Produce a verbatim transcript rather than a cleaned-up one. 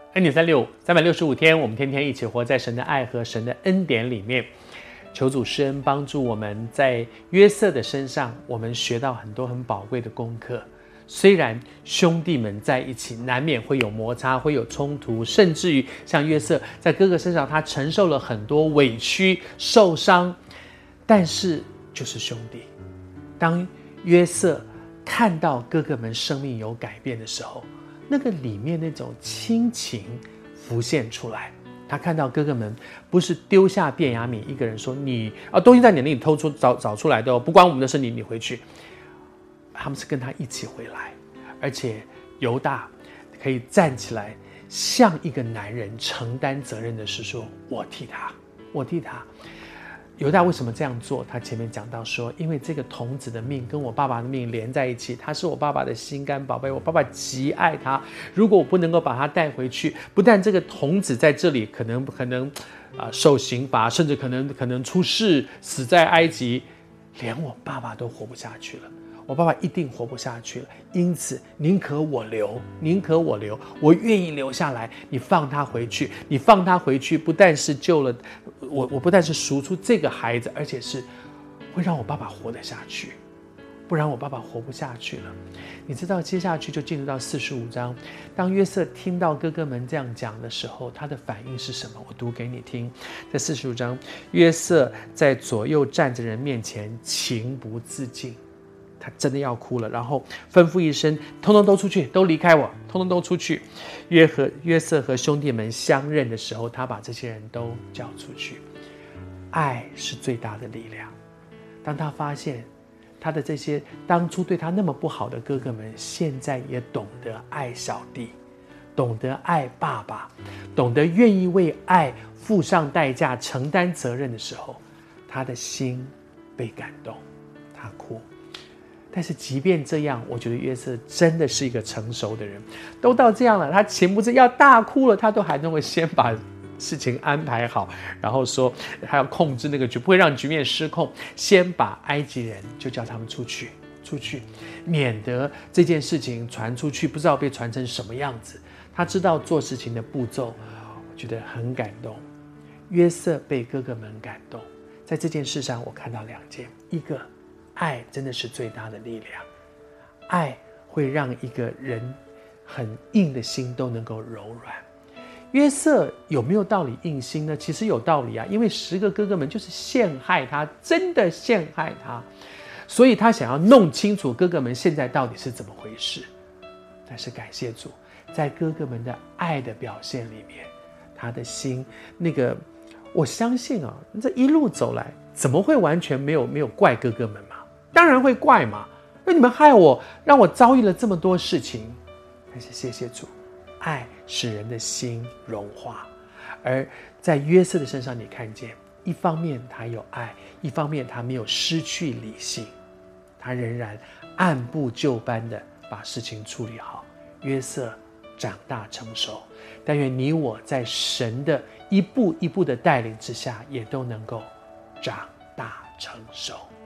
恩典三六五，三百六十五天，我们天天一起活在神的爱和神的恩典里面。求主施恩帮助我们，在约瑟的身上，我们学到很多很宝贵的功课。虽然兄弟们在一起，难免会有摩擦，会有冲突，甚至于像约瑟在哥哥身上，他承受了很多委屈、受伤，但是就是兄弟。当约瑟看到哥哥们生命有改变的时候，那个里面那种亲情浮现出来。他看到哥哥们不是丢下便雅悯一个人说，你啊，东西在你那里偷出 找, 找出来的哦，不关我们的事，你你回去。他们是跟他一起回来，而且犹大可以站起来，像一个男人承担责任的是说，我替他，我替他。犹大为什么这样做？他前面讲到说，因为这个童子的命跟我爸爸的命连在一起，他是我爸爸的心肝宝贝，我爸爸极爱他。如果我不能够把他带回去，不但这个童子在这里可能可能啊、呃、受刑罚，甚至可能可能出事，死在埃及，连我爸爸都活不下去了。我爸爸一定活不下去了，因此宁可我留，宁可我留，我愿意留下来。你放他回去，你放他回去，不但是救了我，我不但是赎出这个孩子，而且是会让我爸爸活得下去，不然我爸爸活不下去了。你知道，接下去就进入到四十五章，当约瑟听到哥哥们这样讲的时候，他的反应是什么？我读给你听。在四十五章，约瑟在左右站着人面前情不自禁。他真的要哭了，然后吩咐一声，通通都出去，都离开我，通通都出去。约和约瑟和兄弟们相认的时候，他把这些人都叫出去。爱是最大的力量。当他发现他的这些当初对他那么不好的哥哥们，现在也懂得爱小弟，懂得爱爸爸，懂得愿意为爱付上代价、承担责任的时候，他的心被感动，他哭。但是即便这样，我觉得约瑟真的是一个成熟的人，都到这样了，他情不自要大哭了，他都还能够先把事情安排好，然后说他要控制那个局，不会让局面失控，先把埃及人就叫他们出去出去，免得这件事情传出去不知道被传成什么样子。他知道做事情的步骤，我觉得很感动。约瑟被哥哥们感动，在这件事上我看到两件，一个爱真的是最大的力量，爱会让一个人很硬的心都能够柔软。约瑟有没有道理硬心呢？其实有道理啊，因为十个哥哥们就是陷害他，真的陷害他，所以他想要弄清楚哥哥们现在到底是怎么回事。但是感谢主，在哥哥们的爱的表现里面，他的心那个，我相信啊，这一路走来怎么会完全没有没有怪哥哥们嘛？当然会怪嘛，因为你们害我，让我遭遇了这么多事情。但是谢谢主，爱使人的心融化。而在约瑟的身上，你看见一方面他有爱，一方面他没有失去理性，他仍然按部就班的把事情处理好。约瑟长大成熟，但愿你我在神的一步一步的带领之下，也都能够长大成熟。